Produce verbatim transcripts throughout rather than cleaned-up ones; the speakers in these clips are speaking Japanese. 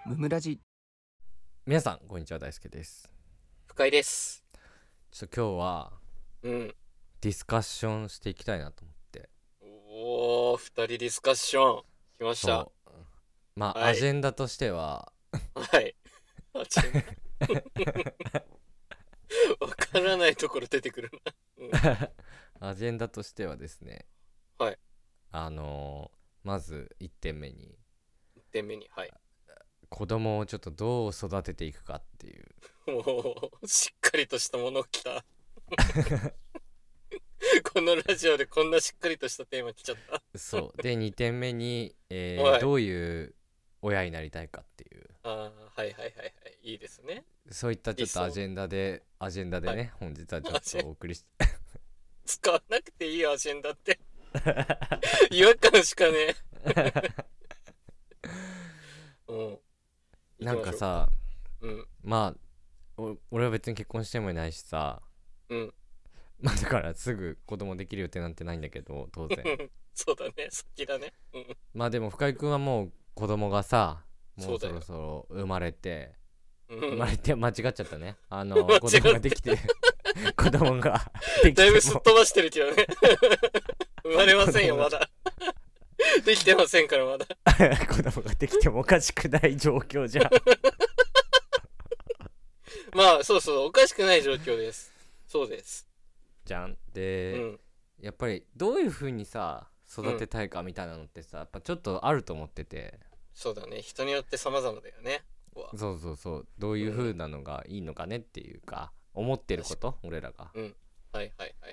ムムラジ。 皆さんこんにちは、大輔です。 深井です。 ちょっと今日はうんディスカッションしていきたいなと思って。 おー、二人ディスカッション来ました。 そうまあ、 はいアジェンダとしてははいあちわからないところ出てくるな、 うん、アジェンダとしてはですね、 はいあのー、まずいってんめにいってんめに、はい子供をちょっとどう育てていくかっていうおー、しっかりとしたもの来たこのラジオでこんなしっかりとしたテーマ来ちゃったそうでにてんめに、えーはいどういう親になりたいかっていう、 あーはいはいはいはいいいですね。 そういったちょっとアジェンダでアジェンダでね、 はい本日はちょっとお送りし使わなくていいよアジェンダって違和感しかねえうんなんかさ、 うんまあお俺は別に結婚してもいないしさ、 うんまあだからすぐ子供できる予定なんてないんだけど、当然そうだね、先だね。うんまあでも深井君はもう子供がさ、もそううだよそろそろ生まれてうん生まれて間違っちゃったね、あの間違った子供ができて子供ができだいぶてもすっ飛ばしてるけどね生まれませんよまだできてませんからまだ子供ができてもおかしくない状況じゃんまあそうそうおかしくない状況です。そうですじゃんうで、 んやっぱりどういう風にさ育てたいかみたいなのってさ、やっぱちょっとあると思ってて、 そうだね、人によって様々だよね。ここはそうそうそう、どういう風なのがいいのかねっていうか、思ってること俺らが、 うんはいはいはいはい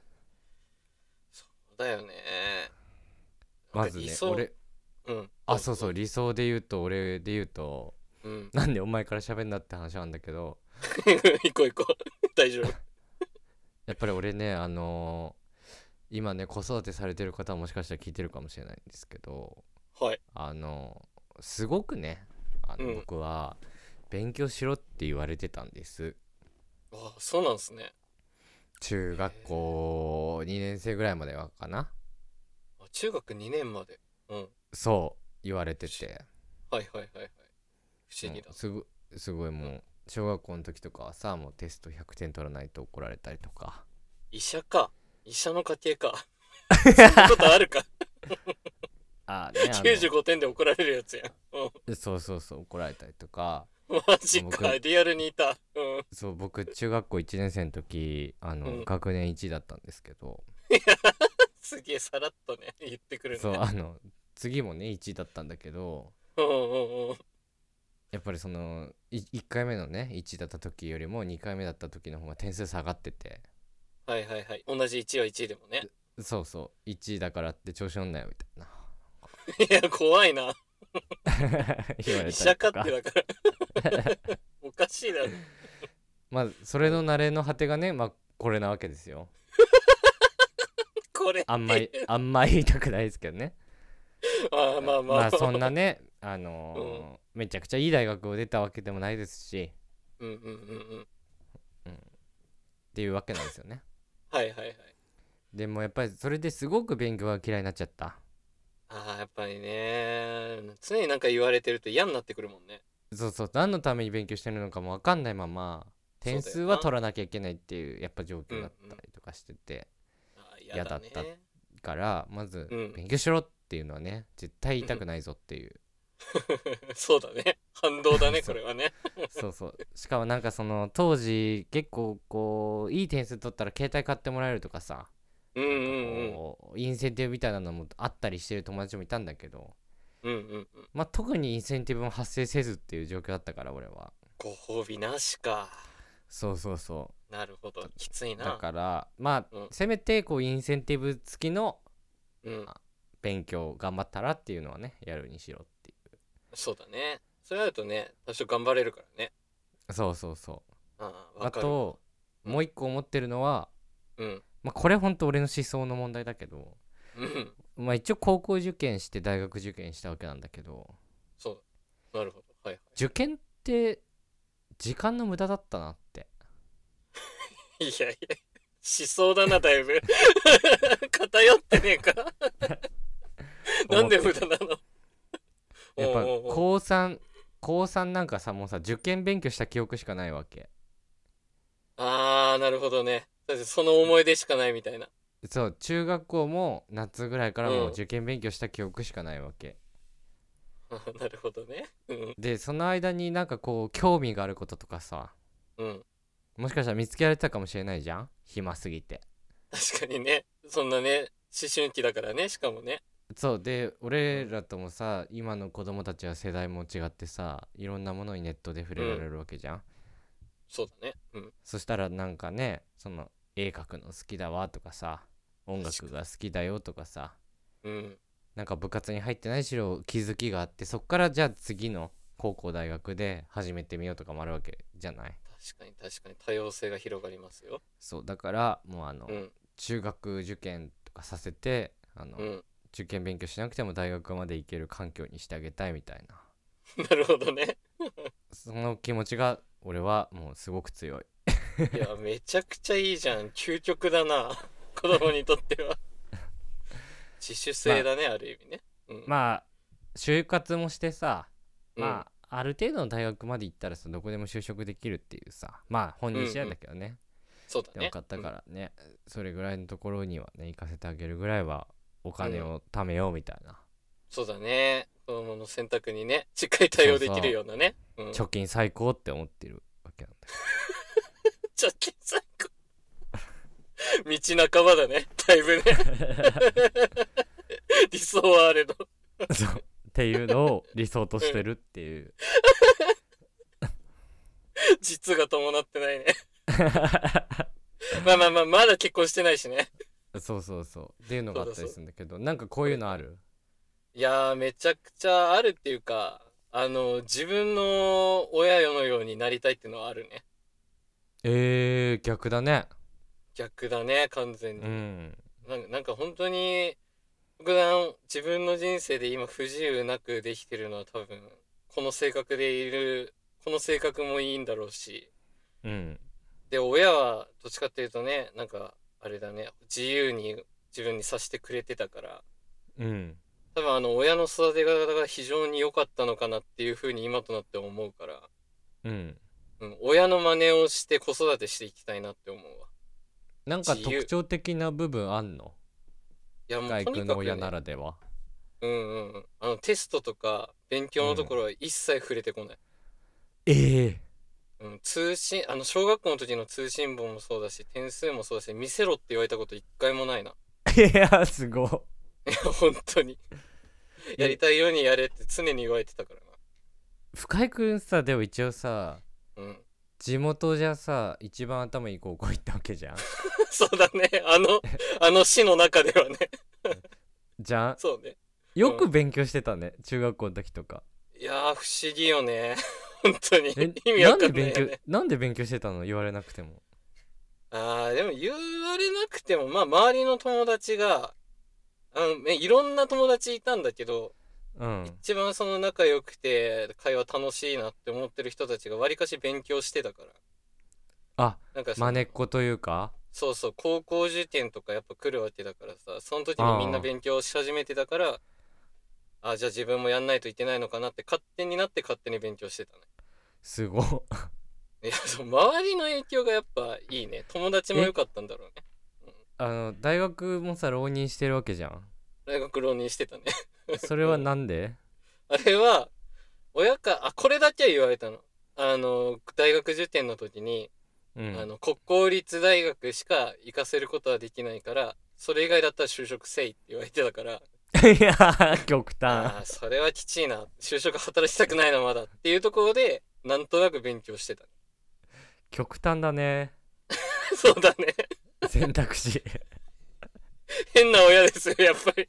そうだよね。 まずねなんか理想俺うんあそうそう理想で言うと俺で言うと、 うんなんでお前から喋んなって話なんだけど、 行こう行こう大丈夫やっぱり俺ね、あのー今ね子育てされてる方はもしかしたら聞いてるかもしれないんですけど、 はいあのーすごくね、あの、 うん僕は勉強しろって言われてたんです。 あそうなんすね。 中学校にねん生ぐらいまではかな。 あ中学にねんまでうんそう言われてて、 はいはいはいはい不思議だ、 うんすごすごいもう小学校の時とかはさ、もうテストひゃくてん取らないと怒られたりとか。 医者か医者の家系かそんなことあるかあねあきゅうじゅうごてんで怒られるやつやん、うのそうそうそう怒られたりとか。 ん、マジか僕リアルにいた、うんそう僕中学校いちねん生の時あの、 うん学年いちいだったんですけど、 すげえさらっとね言ってくるね。 そうあの次もねいちいだったんだけど、 うんうんうんやっぱりそのいいっかいめのねいちいだった時よりもにかいめだった時の方が点数下がってて、 はいはいはい同じいちはいちいでもねそうそういちいだからって調子乗んなよみたいないや怖いな言われ医者かたりとか。 ってだからおかしいだろまあそれの慣れの果てがね、まあこれなわけですよ。 これあんまりあんまり言いたくないですけどね。 あまあまあまあそんなね、あのーうんめちゃくちゃいい大学を出たわけでもないですし、 うんうんうんうんっていうわけなんですよね。 はいはいはいでもやっぱりそれですごく勉強が嫌いになっちゃった。 あーやっぱりね常になんか言われてると嫌になってくるもんね。 そうそう、何のために勉強してるのかも分かんないまま点数は取らなきゃいけないっていうやっぱ状況だったりとかしてて、 あー嫌だね嫌だったからまずうん勉強しろっていうのはね絶対言いたくないぞっていうそうだね反動だねこれはねそうそうしかもなんかその当時結構こういい点数取ったら携帯買ってもらえるとかさ、 うんうんなんかこうインセンティブみたいなのもあったりしてる友達もいたんだけど、 うんうんうんうんまあ特にインセンティブも発生せずっていう状況だったから俺は。 ご褒美なしか。 そうそうそなるほどきついうな。 だからまあ、 うんせめてこうインセンティブ付きのうん勉強頑張ったらっていうのはねやるにしろっていそうだねそれあるとね多少頑張れるからね。 う。そうそうそうあああわかると、 うんもう一個思ってるのは、 うんまあ、これほんと俺の思想の問題だけど、 うんまあ一応高校受験して大学受験したわけなんだけど、 そうなるほどはいはい受験って時間の無駄だったなって。 いやいやしそうだなだいぶ偏ってねえかなんで無駄なのやっぱおうおうおう高さん高さんなんかさもうさ受験勉強した記憶しかないわけ。 あーなるほどね。だってその思い出しかないみたいな。 そう中学校も夏ぐらいからもううん受験勉強した記憶しかないわけなるほどね。うんで。その間になんかこう興味があることとかさうんもしかしたら見つけられてたかもしれないじゃん、暇すぎて。 確かにね。そんなね思春期だからね、しかもね。 そうで俺らともさ今の子供たちは世代も違ってさいろんなものにネットで触れられるわけじゃん、 そうだね。うんそしたらなんかねその絵描くの好きだわとかさ音楽が好きだよとかさうんなんか部活に入ってないしろ気づきがあってそっからじゃあ次の高校大学で始めてみようとかもあるわけじゃない。 確かに確かに多様性が広がりますよ。 そうだからもうあの、 うん中学受験とかさせてあの、 うん受験勉強しなくても大学まで行ける環境にしてあげたいみたいななるほどね。 その気持ちが俺はもうすごく強い。 いやめちゃくちゃいいじゃん。究極だな子供にとっては。自主性だね、ある意味ね。うん、 まあ就活もしてさうんまあある程度の大学まで行ったらさどこでも就職できるっていうさまあ本人次第だけどね、 そうだね。 で分かったからね、それぐらいのところにはね行かせてあげるぐらいはお金を貯めようみたいな、 そうだね。子供の選択にねしっかり対応できるようなね。うん、 貯金最高って思ってるわけなんだ貯金最高。道半ばだね。だいぶね。理想はあれど。 けどそうっていうのを理想としてるっていう、 実が伴ってないね。まあまあまあまだ結婚してないしね。 そうそうそうっていうのがあったりするんだけどなんかこういうのある？ いやーめちゃくちゃあるっていうか、あの自分の親のようになりたいっていうのはあるね。 えー、逆だね。 逆だね完全に。 うんなんかなんか本当に普段自分の人生で今不自由なくできてるのは多分この性格でいる、この性格もいいんだろうし、 うんで親はどっちかっていうとねなんかあれだね自由に自分にさせてくれてたから、 うん多分あの親の育て方が非常に良かったのかなっていうふうに今となって思うから、 うんうん、親の真似をして子育てしていきたいなって思うわ。 なんか自由特徴的な部分あんの？ いやもう外とにかく、ね、 国の親ならでは。 うんうんうん、あのテストとか勉強のところは一切触れてこない。 ええうん、通信あの小学校の時の通信簿もそうだし点数もそうだし見せろって言われたこと一回もないな。 いやすごいや本当にやりたいようにやれって常に言われてたから深井くんさでも一応さな。うん地元じゃさ一番頭いい高校行ったわけじゃんそうだね、あのあの市の中ではね。 じゃんそうね。 よく勉強してたね、中学校の時とか。 いやー不思議よね本当にえ意味なわかんないよんで勉強ね。 なんで勉強してたの言われなくても。 あーでも言われなくてもまあ周りの友達があの、ね、いろんな友達いたんだけど、 うん一番その仲良くて会話楽しいなって思ってる人たちがわりかし勉強してたから、 あなんかそのまねっこというか。 そうそう高校受験とかやっぱ来るわけだからさ、その時にみんな勉強し始めてたから、ああじゃあ自分もやんないといけないのかなって勝手になって勝手に勉強してたね。 すごっいやそう周りの影響がやっぱいいね。友達も良かったんだろうね。 あの大学もさ浪人してるわけじゃん大学浪人してたねそれはなんで？ あれは親かあこれだけは言われたの。あの大学受験の時に、 うんあの国公立大学しか行かせることはできないからそれ以外だったら就職せいって言われてたから、 いや極端。 ああそれはきちいな、就職働きたくないなまだっていうところでなんとなく勉強してた極端だねそうだね選択肢変な親ですよやっぱり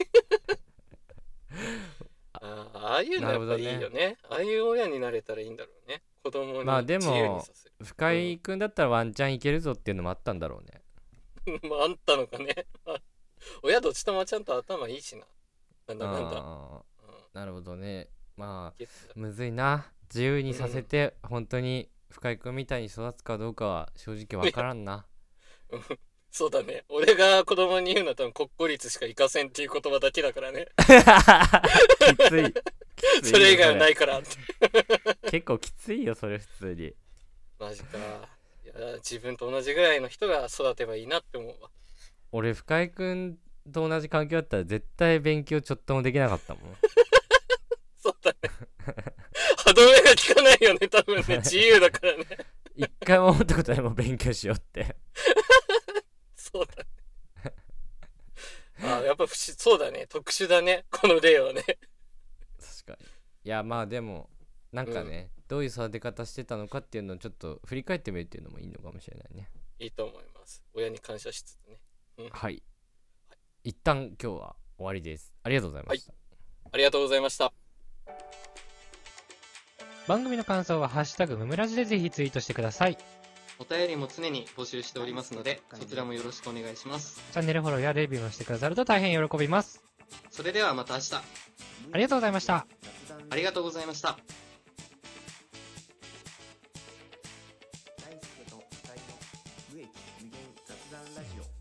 ああああいうのやっぱいいよ ね, ねああいう親になれたらいいんだろうね。子供にまあで自由にもさせる、 深井くんだったらワンチャンいけるぞっていうのもあったんだろうね。 まああったのかね親どっちともちゃんと頭いいしな。なんだなんだ、 あうん、 なるほどね。まあゲットだむずいな、自由にさせて、うん、本当に深井くんみたいに育つかどうかは正直わからんなそうだね、俺が子供に言うのは多分国公立しか行かせんっていう言葉だけだからねきついそれ以外はないからって結構きついよそれ普通に。 マジか。いや自分と同じぐらいの人が育てばいいなって思うわ。 俺深井くんと同じ環境だったら絶対勉強ちょっともできなかったもん。 そうだね。歯止めが効かないよね多分ね。自由だからね。 一回も思ったことないもん勉強しようって。 そうだね。あやっぱ不思そうだね。特殊だねこの例はね。 確かに。いやまあでもなんかね、うん、どういう育て方してたのかっていうのをちょっと振り返ってみるっていうのもいいのかもしれないね。 いいと思います。親に感謝しつつね、 うん、はい、はい、一旦今日は終わりです。ありがとうございました、はい、 ありがとうございました。 番組の感想はハッシュタグムムラジでぜひツイートしてください。 お便りも常に募集しておりますのでそちらもよろしくお願いします。 チャンネルフォローやレビューもしてくださると大変喜びます。 それではまた明日。 ありがとうございました。 ありがとうございました。 大輔と二人の無益無限雑談ラジオ。